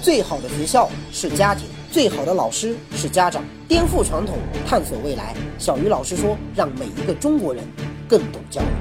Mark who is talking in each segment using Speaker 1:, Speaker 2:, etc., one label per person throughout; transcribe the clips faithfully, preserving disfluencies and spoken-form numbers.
Speaker 1: 最好的学校是家庭，最好的老师是家长。颠覆传统，探索未来。小鱼老师说，让每一个中国人更懂教育。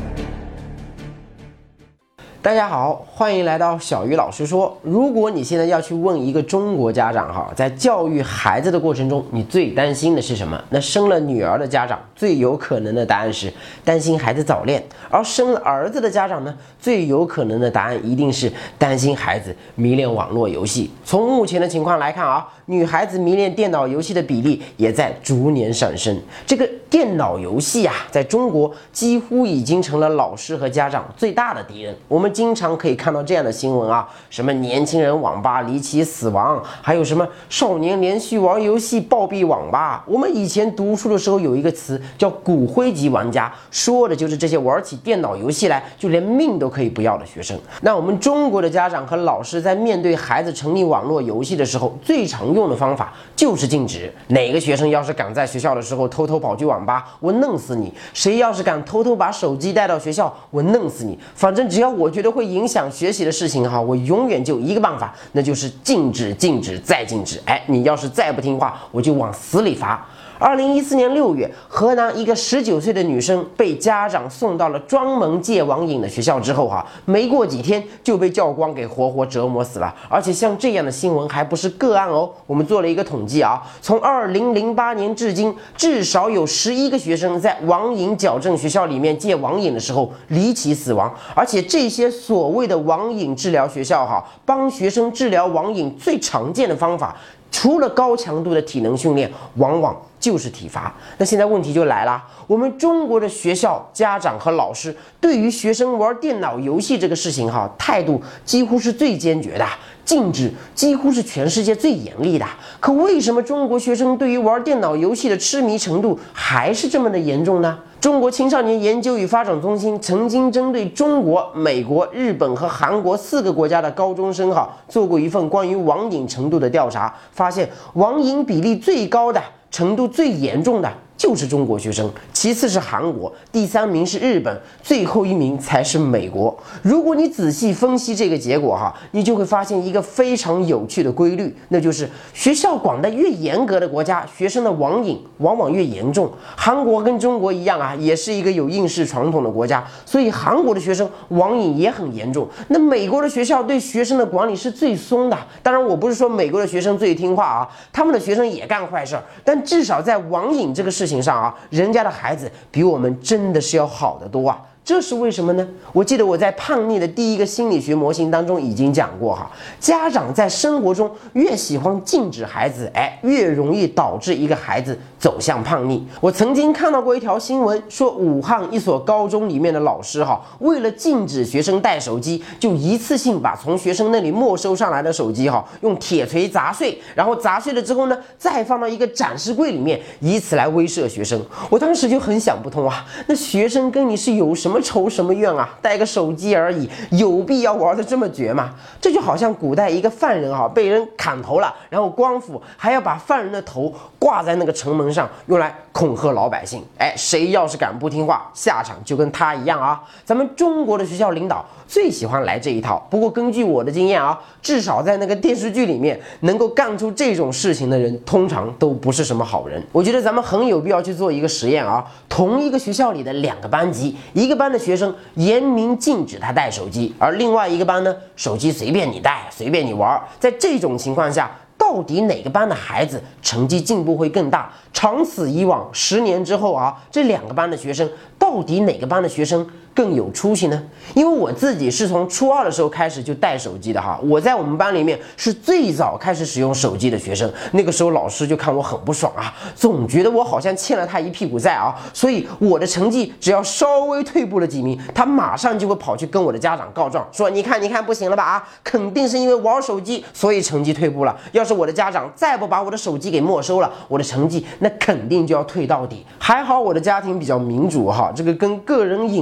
Speaker 1: 大家好，欢迎来到小鱼老师说。如果你现在要去问一个中国家长哈，在教育孩子的过程中，你最担心的是什么？那生了女儿的家长最有可能的答案是担心孩子早恋，而生了儿子的家长呢，最有可能的答案一定是担心孩子迷恋网络游戏。从目前的情况来看啊，女孩子迷恋电脑游戏的比例也在逐年上升。这个电脑游戏啊，在中国几乎已经成了老师和家长最大的敌人。我们经常可以看到这样的新闻啊，什么年轻人网吧离奇死亡，还有什么少年连续玩游戏暴毙网吧。我们以前读书的时候有一个词叫骨灰级玩家，说的就是这些玩起电脑游戏来就连命都可以不要的学生。那我们中国的家长和老师在面对孩子沉溺网络游戏的时候，最常用的方法就是禁止。哪个学生要是敢在学校的时候偷偷跑去网吧，我弄死你；谁要是敢偷偷把手机带到学校，我弄死你。反正只要我觉得会影响学习的事情哈，我永远就一个办法，那就是禁止禁止再禁止。哎，你要是再不听话，我就往死里罚。二零一四年六月，河南一个十九岁的女生被家长送到了专门戒网瘾的学校之后哈，没过几天就被教官给活活折磨死了。而且像这样的新闻还不是个案哦，我们做了一个统计啊，从二零零八年至今，至少有十一个学生在网瘾矫正学校里面戒网瘾的时候离奇死亡。而且这些所谓的网瘾治疗学校哈，帮学生治疗网瘾最常见的方法，除了高强度的体能训练，往往就是体罚。那现在问题就来了，我们中国的学校、家长和老师对于学生玩电脑游戏这个事情哈，态度几乎是最坚决的，禁止几乎是全世界最严厉的。可为什么中国学生对于玩电脑游戏的痴迷程度还是这么的严重呢？中国青少年研究与发展中心曾经针对中国、美国、日本和韩国四个国家的高中生哈，做过一份关于网瘾程度的调查，发现网瘾比例最高的、程度最严重的就是中国学生，其次是韩国，第三名是日本，最后一名才是美国。如果你仔细分析这个结果哈，你就会发现一个非常有趣的规律，那就是学校管得越严格的国家，学生的网瘾往往越严重。韩国跟中国一样啊，也是一个有应试传统的国家，所以韩国的学生网瘾也很严重。那美国的学校对学生的管理是最松的，当然我不是说美国的学生最听话啊，他们的学生也干坏事儿，但至少在网瘾这个事情上啊，人家的孩子比我们真的是要好得多啊。这是为什么呢？我记得我在叛逆的第一个心理学模型当中已经讲过哈，家长在生活中越喜欢禁止孩子，哎，越容易导致一个孩子走向叛逆。我曾经看到过一条新闻，说武汉一所高中里面的老师哈，为了禁止学生带手机，就一次性把从学生那里没收上来的手机哈，用铁锤砸碎，然后砸碎了之后呢，再放到一个展示柜里面，以此来威慑学生。我当时就很想不通啊，那学生跟你是有什么仇什么怨啊？带个手机而已，有必要玩得这么绝吗？这就好像古代一个犯人哈，被人砍头了，然后官府还要把犯人的头挂在那个城门上，用来恐吓老百姓。哎，谁要是敢不听话，下场就跟他一样啊！咱们中国的学校领导最喜欢来这一套。不过根据我的经验啊，至少在那个电视剧里面，能够干出这种事情的人，通常都不是什么好人。我觉得咱们很有必要去做一个实验啊，同一个学校里的两个班级，一个班的学生严明禁止他带手机，而另外一个班呢，手机随便你带，随便你玩。在这种情况下，到底哪个班的孩子成绩进步会更大？长此以往，十年之后啊，这两个班的学生，到底哪个班的学生更有出息呢？因为我自己是从初二的时候开始就带手机的哈，我在我们班里面是最早开始使用手机的学生。那个时候老师就看我很不爽啊，总觉得我好像欠了他一屁股债啊，所以我的成绩只要稍微退步了几名，他马上就会跑去跟我的家长告状，说你看你看不行了吧啊，肯定是因为玩手机所以成绩退步了。要是我的家长再不把我的手机给没收了，我的成绩那肯定就要退到底。还好我的家庭比较民主哈，这个跟个人隐私有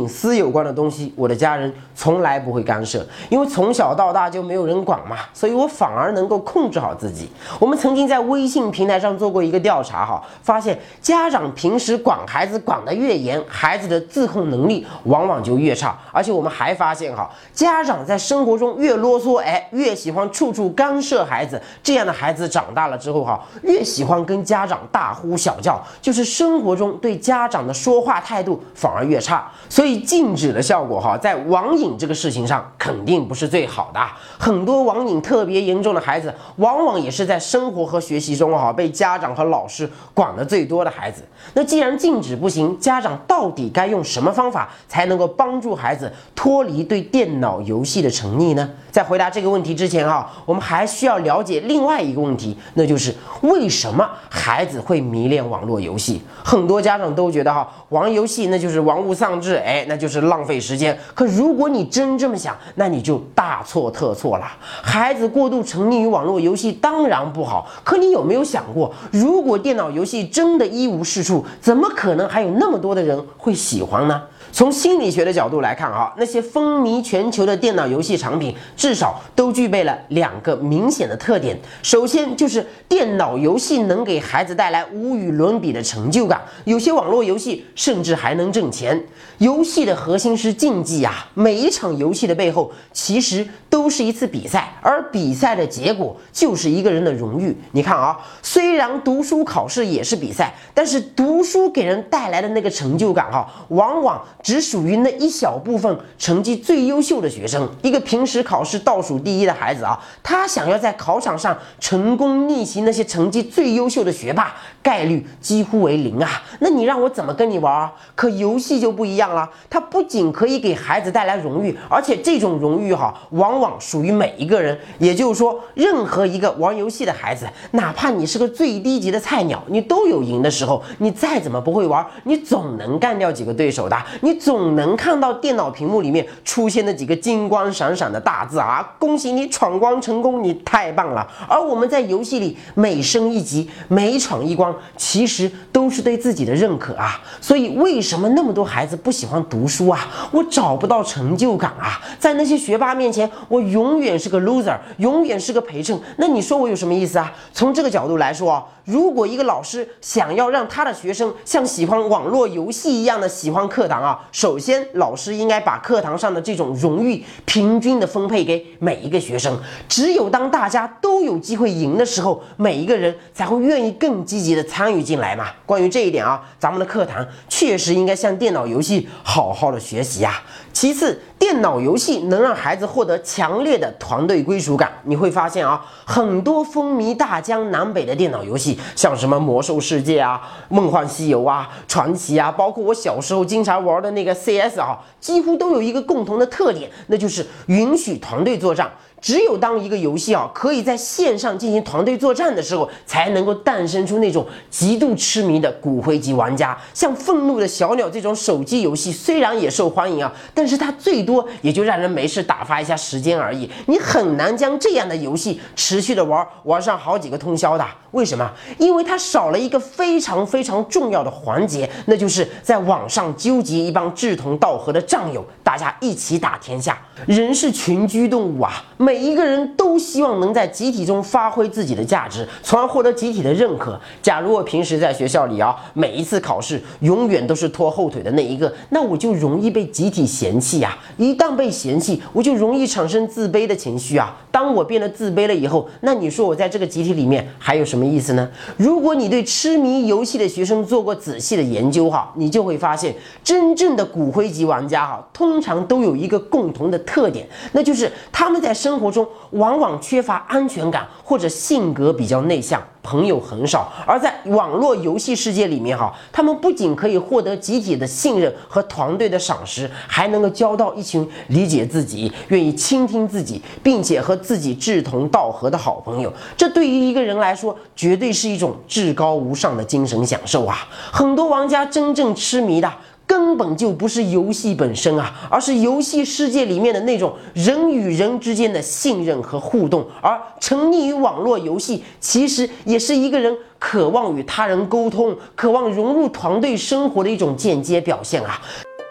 Speaker 1: 有关的东西，我的家人从来不会干涉，因为从小到大就没有人管嘛，所以我反而能够控制好自己。我们曾经在微信平台上做过一个调查哈，发现家长平时管孩子管得越严，孩子的自控能力往往就越差。而且我们还发现哈，家长在生活中越啰嗦，哎，越喜欢处处干涉孩子，这样的孩子长大了之后哈，越喜欢跟家长大呼小叫，就是生活中对家长的说话态度反而越差。所以禁止的效果哈，在网瘾这个事情上肯定不是最好的。很多网瘾特别严重的孩子，往往也是在生活和学习中哈被家长和老师管得最多的孩子。那既然禁止不行，家长到底该用什么方法才能够帮助孩子脱离对电脑游戏的沉溺呢？在回答这个问题之前哈，我们还需要了解另外一个问题，那就是为什么孩子会迷恋网络游戏？很多家长都觉得哈，玩游戏那就是玩物丧志，哎，那就是浪费时间。可如果你真这么想，那你就大错特错了。孩子过度沉溺于网络游戏当然不好，可你有没有想过，如果电脑游戏真的一无是处，怎么可能还有那么多的人会喜欢呢？从心理学的角度来看啊，那些风靡全球的电脑游戏产品至少都具备了两个明显的特点。首先就是电脑游戏能给孩子带来无与伦比的成就感，有些网络游戏甚至还能挣钱。游戏的核心是竞技啊，每一场游戏的背后其实都是一次比赛，而比赛的结果就是一个人的荣誉。你看啊，虽然读书考试也是比赛，但是读书给人带来的那个成就感哈、啊，往往只属于那一小部分成绩最优秀的学生。一个平时考试倒数第一的孩子啊，他想要在考场上成功逆袭那些成绩最优秀的学霸，概率几乎为零啊。那你让我怎么跟你玩啊？可游戏就不一样了，它不仅可以给孩子带来荣誉，而且这种荣誉哈、啊，往往属于每一个人。也就是说，任何一个玩游戏的孩子，哪怕你是个最低级的菜鸟，你都有赢的时候。你再怎么不会玩，你总能干掉几个对手的，你总能看到电脑屏幕里面出现的几个金光闪闪的大字啊！恭喜你闯关成功，你太棒了！而我们在游戏里每升一级、每闯一关，其实都是对自己的认可啊。所以为什么那么多孩子不喜欢读书啊？我找不到成就感啊！在那些学霸面前，我永远是个 loser， 永远是个陪衬。那你说我有什么意思啊？从这个角度来说啊，如果一个老师想要让他的学生像喜欢网络游戏一样的喜欢课堂啊，首先老师应该把课堂上的这种荣誉平均的分配给每一个学生。只有当大家都有机会赢的时候，每一个人才会愿意更积极的参与进来嘛。关于这一点啊，咱们的课堂确实应该向电脑游戏好好的学习啊。其次，电脑游戏能让孩子获得强烈的团队归属感。你会发现啊，很多风靡大江南北的电脑游戏，像什么魔兽世界啊、梦幻西游啊、传奇啊，包括我小时候经常玩的那个 C S 啊，几乎都有一个共同的特点，那就是允许团队作战。只有当一个游戏啊可以在线上进行团队作战的时候，才能够诞生出那种极度痴迷的骨灰级玩家。像愤怒的小鸟这种手机游戏虽然也受欢迎啊，但是它最多也就让人没事打发一下时间而已。你很难将这样的游戏持续的玩玩上好几个通宵的。为什么？因为它少了一个非常非常重要的环节，那就是在网上纠集一帮志同道合的战友，大家一起打天下。人是群居动物啊，每一个人都希望能在集体中发挥自己的价值，从而获得集体的认可。假如我平时在学校里啊，每一次考试永远都是拖后腿的那一个，那我就容易被集体嫌弃呀、啊。一旦被嫌弃，我就容易产生自卑的情绪啊。当我变得自卑了以后，那你说我在这个集体里面还有什么意思呢？如果你对痴迷游戏的学生做过仔细的研究哈，你就会发现，真正的骨灰级玩家哈，通常都有一个共同的特点，那就是他们在生活中往往缺乏安全感，或者性格比较内向，朋友很少。而在网络游戏世界里面哈，他们不仅可以获得集体的信任和团队的赏识，还能够交到一群理解自己、愿意倾听自己，并且和自己志同道合的好朋友。这对于一个人来说，绝对是一种至高无上的精神享受啊！很多玩家真正痴迷的根本就不是游戏本身啊，而是游戏世界里面的那种人与人之间的信任和互动。而沉溺于网络游戏，其实也是一个人渴望与他人沟通、渴望融入团队生活的一种间接表现啊。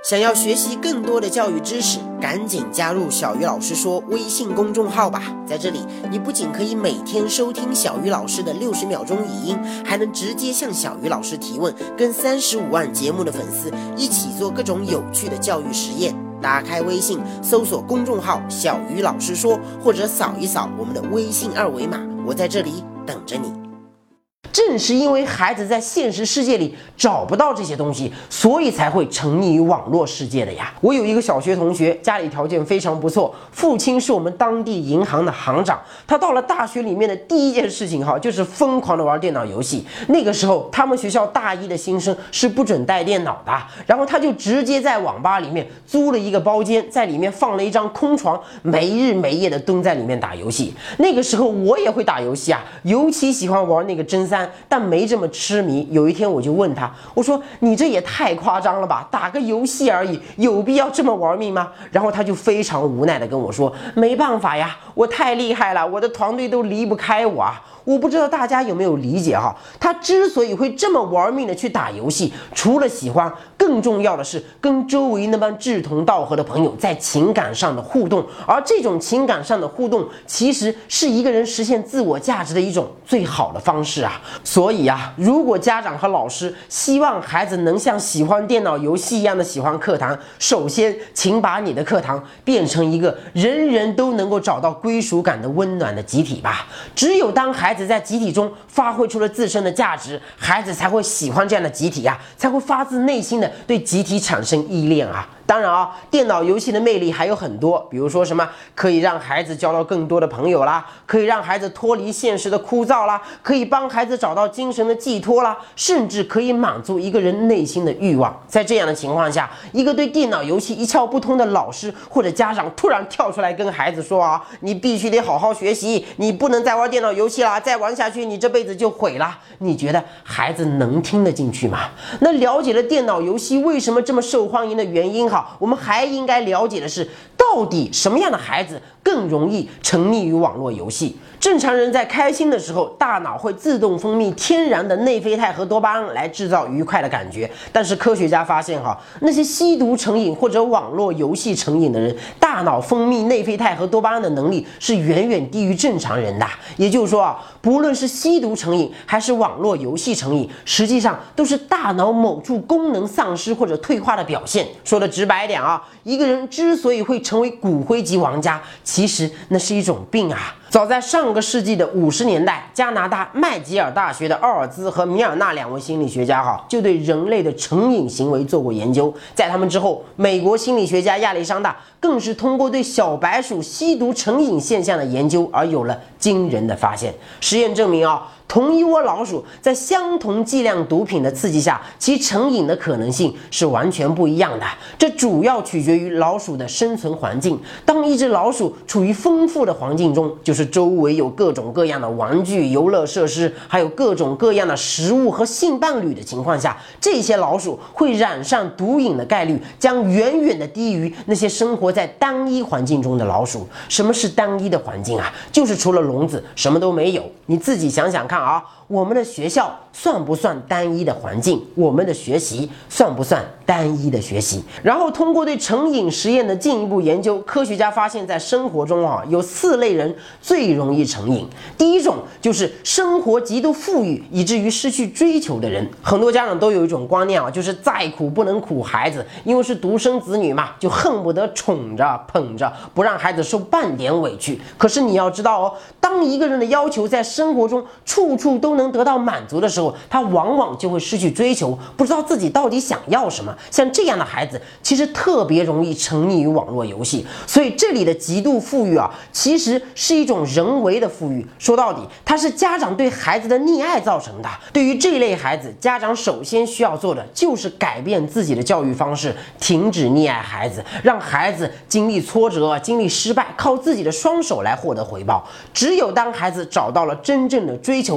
Speaker 1: 想要学习更多的教育知识，赶紧加入小鱼老师说微信公众号吧。在这里，你不仅可以每天收听小鱼老师的六十秒钟语音，还能直接向小鱼老师提问，跟三十五万节目的粉丝一起做各种有趣的教育实验。打开微信，搜索公众号小鱼老师说，或者扫一扫我们的微信二维码，我在这里等着你。正是因为孩子在现实世界里找不到这些东西，所以才会沉溺于网络世界的呀。我有一个小学同学，家里条件非常不错，父亲是我们当地银行的行长。他到了大学里面的第一件事情哈，就是疯狂的玩电脑游戏。那个时候他们学校大一的新生是不准带电脑的，然后他就直接在网吧里面租了一个包间，在里面放了一张空床，没日没夜的蹲在里面打游戏。那个时候我也会打游戏啊，尤其喜欢玩那个真三，但没这么痴迷。有一天我就问他，我说你这也太夸张了吧，打个游戏而已，有必要这么玩命吗？然后他就非常无奈的跟我说，没办法呀，我太厉害了，我的团队都离不开我啊。我不知道大家有没有理解哈，他之所以会这么玩命的去打游戏，除了喜欢，更重要的是跟周围那帮志同道合的朋友在情感上的互动，而这种情感上的互动，其实是一个人实现自我价值的一种最好的方式啊。所以啊，如果家长和老师希望孩子能像喜欢电脑游戏一样的喜欢课堂，首先请把你的课堂变成一个人人都能够找到归属感的温暖的集体吧。只有当孩子在集体中发挥出了自身的价值，孩子才会喜欢这样的集体啊，才会发自内心的对集体产生依恋啊。当然啊，电脑游戏的魅力还有很多，比如说什么可以让孩子交到更多的朋友啦，可以让孩子脱离现实的枯燥啦，可以帮孩子找到精神的寄托啦，甚至可以满足一个人内心的欲望。在这样的情况下，一个对电脑游戏一窍不通的老师或者家长突然跳出来跟孩子说啊，你必须得好好学习，你不能再玩电脑游戏啦，再玩下去你这辈子就毁了。你觉得孩子能听得进去吗？那了解了电脑游戏为什么这么受欢迎的原因哈，我们还应该了解的是，到底什么样的孩子更容易沉溺于网络游戏？正常人在开心的时候，大脑会自动分泌天然的内啡肽和多巴胺来制造愉快的感觉。但是科学家发现哈，那些吸毒成瘾或者网络游戏成瘾的人，大脑分泌内啡肽和多巴胺的能力是远远低于正常人的。也就是说啊，不论是吸毒成瘾还是网络游戏成瘾，实际上都是大脑某处功能丧失或者退化的表现。说的直白一点啊，一个人之所以会成为骨灰级玩家，其实那是一种病啊。早在上个世纪的五十年代，加拿大麦吉尔大学的奥尔兹和米尔纳两位心理学家哈，就对人类的成瘾行为做过研究。在他们之后，美国心理学家亚历山大更是通过对小白鼠吸毒成瘾现象的研究而有了惊人的发现。实验证明啊，同一窝老鼠在相同剂量毒品的刺激下，其成瘾的可能性是完全不一样的。这主要取决于老鼠的生存环境。当一只老鼠处于丰富的环境中，就是周围有各种各样的玩具、游乐设施，还有各种各样的食物和性伴侣的情况下，这些老鼠会染上毒瘾的概率将远远的低于那些生活在单一环境中的老鼠。什么是单一的环境啊？就是除了笼子什么都没有。你自己想想看啊，我们的学校算不算单一的环境？我们的学习算不算单一的学习？然后通过对成瘾实验的进一步研究，科学家发现在生活中啊，有四类人最容易成瘾。第一种就是生活极度富裕以至于失去追求的人。很多家长都有一种观念啊，就是再苦不能苦孩子，因为是独生子女嘛，就恨不得宠着捧着，不让孩子受半点委屈。可是你要知道哦，当一个人的要求在生活中处处都能得到满足的时候，他往往就会失去追求，不知道自己到底想要什么。像这样的孩子其实特别容易沉溺于网络游戏。所以这里的极度富裕啊，其实是一种人为的富裕。说到底，它是家长对孩子的溺爱造成的。对于这类孩子，家长首先需要做的就是改变自己的教育方式，停止溺爱孩子，让孩子经历挫折、经历失败，靠自己的双手来获得回报。只有当孩子找到了真正的追求，他才能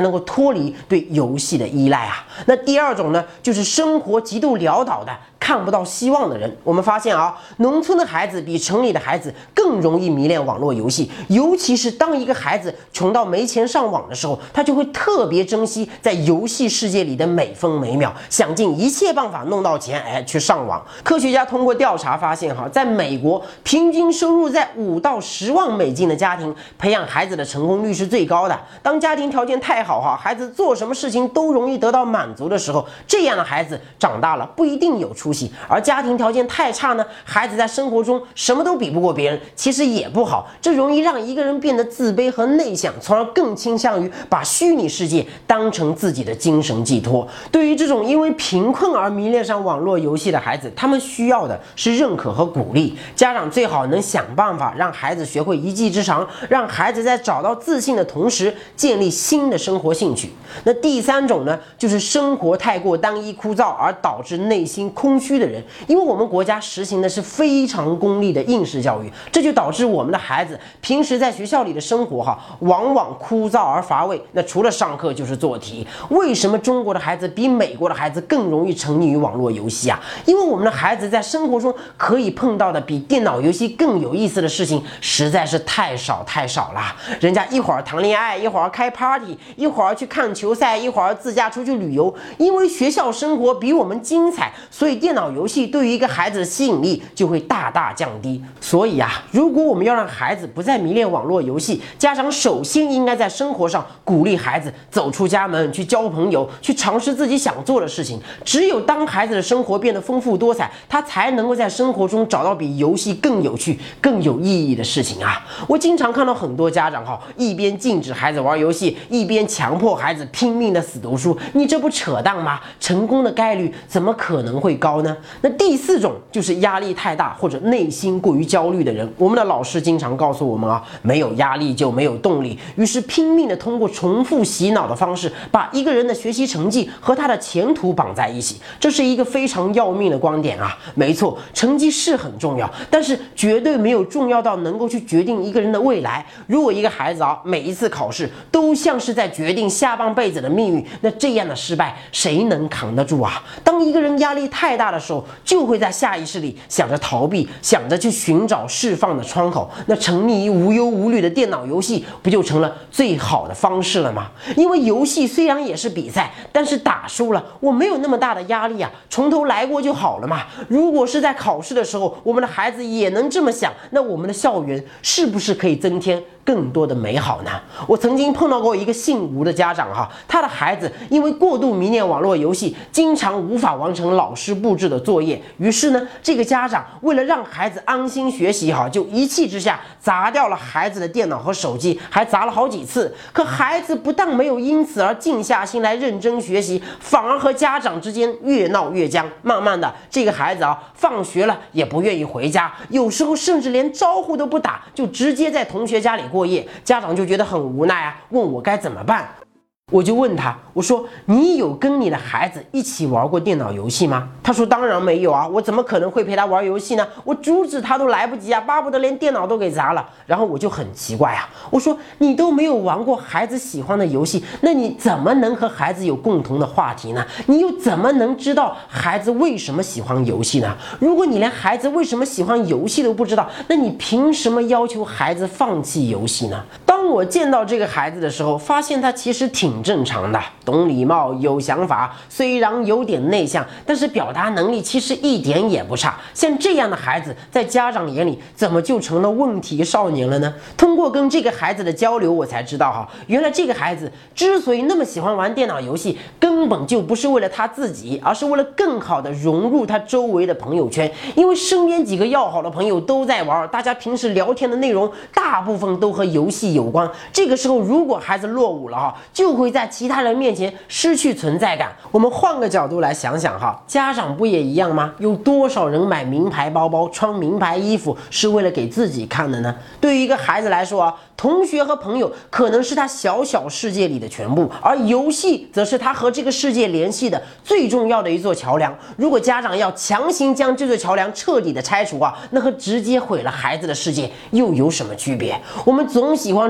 Speaker 1: 能够脱离对游戏的依赖啊。那第二种呢，就是生活极度潦倒的、看不到希望的人。我们发现啊，农村的孩子比城里的孩子更容易迷恋网络游戏，尤其是当一个孩子穷到没钱上网的时候，他就会特别珍惜在游戏世界里的每分每秒，想尽一切办法弄到钱，哎，去上网。科学家通过调查发现，哈，在美国，平均收入在五到十万美金的家庭，培养孩子的成功率是最高的。当家庭条件太好，哈，孩子做什么事情都容易得到满足的时候，这样的孩子长大了不一定有出息。而家庭条件太差呢，孩子在生活中什么都比不过别人，其实也不好，这容易让一个人变得自卑和内向，从而更倾向于把虚拟世界当成自己的精神寄托。对于这种因为贫困而迷恋上网络游戏的孩子，他们需要的是认可和鼓励。家长最好能想办法让孩子学会一技之长，让孩子在找到自信的同时建立新的生活兴趣。那第三种呢，就是生活太过单一枯燥而导致内心空虚的人。因为我们国家实行的是非常功利的应试教育，这就导致我们的孩子平时在学校里的生活哈，往往枯燥而乏味。那除了上课就是做题。为什么中国的孩子比美国的孩子更容易沉溺于网络游戏啊？因为我们的孩子在生活中可以碰到的比电脑游戏更有意思的事情实在是太少太少了。人家一会儿谈恋爱，一会儿开 party， 一会儿去看球赛，一会儿自驾出去旅游。因为学校生活比我们精彩，所以电脑游戏对于一个孩子的吸引力就会大大降低。所以啊，如果我们要让孩子不再迷恋网络游戏，家长首先应该在生活上鼓励孩子走出家门，去交朋友，去尝试自己想做的事情。只有当孩子的生活变得丰富多彩，他才能够在生活中找到比游戏更有趣、更有意义的事情啊！我经常看到很多家长哈，一边禁止孩子玩游戏，一边强迫孩子拼命的死读书，你这不扯淡吗？成功的概率怎么可能会高呢？那第四种就是压力太大或者内心过于焦虑的人。我们的老师经常告诉我们啊，没有压力就没有动力，于是拼命的通过重复洗脑的方式，把一个人的学习成绩和他的前途绑在一起。这是一个非常要命的观点啊！没错，成绩是很重要，但是绝对没有重要到能够去决定一个人的未来。如果一个孩子啊，每一次考试都像是在决定下半辈子的命运，那这样的失败谁能扛得住啊？当一个人压力太大的时候，就会在下意识里想着逃避，想着去寻找释放的窗口。那沉迷于无忧无虑的电脑游戏，不就成了最好的方式了吗？因为游戏虽然也是比赛，但是打输了，我没有那么大的压力啊，从头来过就好了嘛。如果是在考试的时候，我们的孩子也能这么想，那我们的校园是不是可以增添更多的美好呢？我曾经碰到过一个姓吴的家长哈，他的孩子因为过度迷恋网络游戏，经常无法完成老师布置的作业。于是呢，这个家长为了让孩子安心学习哈，就一气之下砸掉了孩子的电脑和手机，还砸了好几次。可孩子不但没有因此而静下心来认真学习，反而和家长之间越闹越僵。慢慢的，这个孩子啊，放学了也不愿意回家，有时候甚至连招呼都不打，就直接在同学家里过夜。家长就觉得很无奈啊，问我该怎么办。我就问他，我说你有跟你的孩子一起玩过电脑游戏吗？他说当然没有啊，我怎么可能会陪他玩游戏呢？我阻止他都来不及啊，巴不得连电脑都给砸了。然后我就很奇怪啊，我说你都没有玩过孩子喜欢的游戏，那你怎么能和孩子有共同的话题呢？你又怎么能知道孩子为什么喜欢游戏呢？如果你连孩子为什么喜欢游戏都不知道，那你凭什么要求孩子放弃游戏呢？当我见到这个孩子的时候，发现他其实挺正常的，懂礼貌，有想法，虽然有点内向，但是表达能力其实一点也不差。像这样的孩子，在家长眼里怎么就成了问题少年了呢？通过跟这个孩子的交流，我才知道哈，原来这个孩子之所以那么喜欢玩电脑游戏，根本就不是为了他自己，而是为了更好的融入他周围的朋友圈。因为身边几个要好的朋友都在玩，大家平时聊天的内容大部分都和游戏有关。这个时候，如果孩子落伍了哈，就会在其他人面前失去存在感。我们换个角度来想想哈，家长不也一样吗？有多少人买名牌包包、穿名牌衣服是为了给自己看的呢？对于一个孩子来说啊，同学和朋友可能是他小小世界里的全部，而游戏则是他和这个世界联系的最重要的一座桥梁。如果家长要强行将这座桥梁彻底的拆除啊，那和直接毁了孩子的世界又有什么区别？我们总喜欢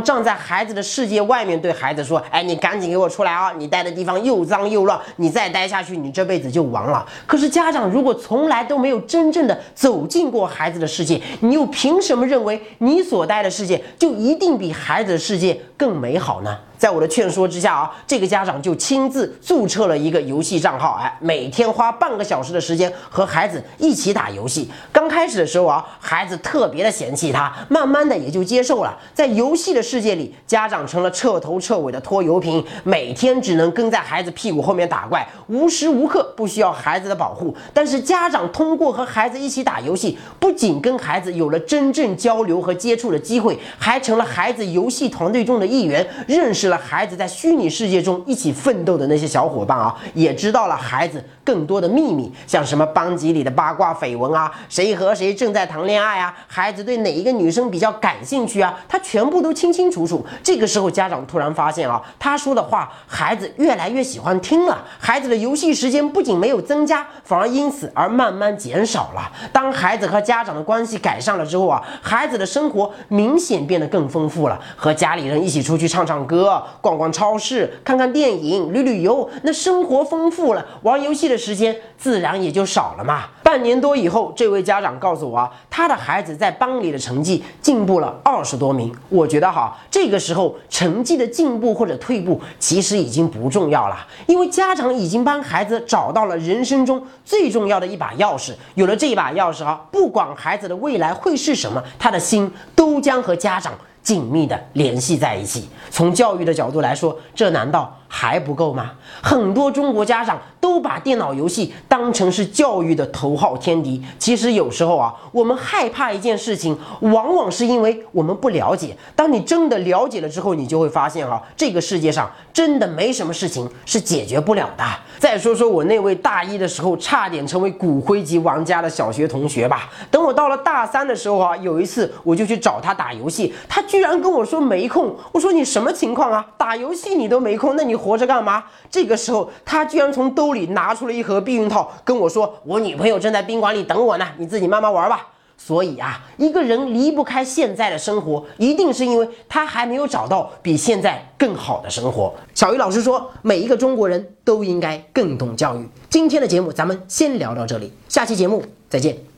Speaker 1: 站在孩子的世界外面对孩子说，哎，你赶紧给我出来啊，你待的地方又脏又乱，你再待下去你这辈子就完了。可是家长如果从来都没有真正的走进过孩子的世界，你又凭什么认为你所待的世界就一定比孩子的世界更美好呢？在我的劝说之下啊，这个家长就亲自注册了一个游戏账号，哎，每天花半个小时的时间和孩子一起打游戏。刚开始的时候啊，孩子特别的嫌弃他，慢慢的也就接受了。在游戏的世界里，家长成了彻头彻尾的拖油瓶，每天只能跟在孩子屁股后面打怪，无时无刻不需要孩子的保护。但是家长通过和孩子一起打游戏，不仅跟孩子有了真正交流和接触的机会，还成了孩子游戏团队中的一员，认识了孩子在虚拟世界中一起奋斗的那些小伙伴啊，也知道了孩子更多的秘密，像什么班级里的八卦绯闻啊，谁和谁正在谈恋爱啊，孩子对哪一个女生比较感兴趣啊，他全部都清清楚楚。这个时候家长突然发现啊，他说的话孩子越来越喜欢听了，孩子的游戏时间不仅没有增加，反而因此而慢慢减少了。当孩子和家长的关系改善了之后啊，孩子的生活明显变得更丰富了，和家里人一起出去唱唱歌，逛逛超市，看看电影，旅旅游，那生活丰富了，玩游戏的时间自然也就少了嘛。半年多以后，这位家长告诉我啊，他的孩子在班里的成绩进步了二十多名。我觉得哈，这个时候成绩的进步或者退步其实已经不重要了，因为家长已经帮孩子找到了人生中最重要的一把钥匙。有了这一把钥匙啊，不管孩子的未来会是什么，他的心都将和家长紧密的联系在一起。从教育的角度来说，这难道还不够吗？很多中国家长都把电脑游戏当成是教育的头号天敌。其实有时候啊，我们害怕一件事情，往往是因为我们不了解。当你真的了解了之后，你就会发现啊，这个世界上真的没什么事情是解决不了的。再说说我那位大一的时候差点成为骨灰级玩家的小学同学吧。等我到了大三的时候啊，有一次我就去找他打游戏，他居然跟我说没空。我说你什么情况啊？打游戏你都没空，那你活着干嘛？这个时候他居然从兜里拿出了一盒避孕套，跟我说我女朋友正在宾馆里等我呢，你自己慢慢玩吧。所以啊，一个人离不开现在的生活，一定是因为他还没有找到比现在更好的生活。小鱼老师说，每一个中国人都应该更懂教育。今天的节目咱们先聊到这里，下期节目再见。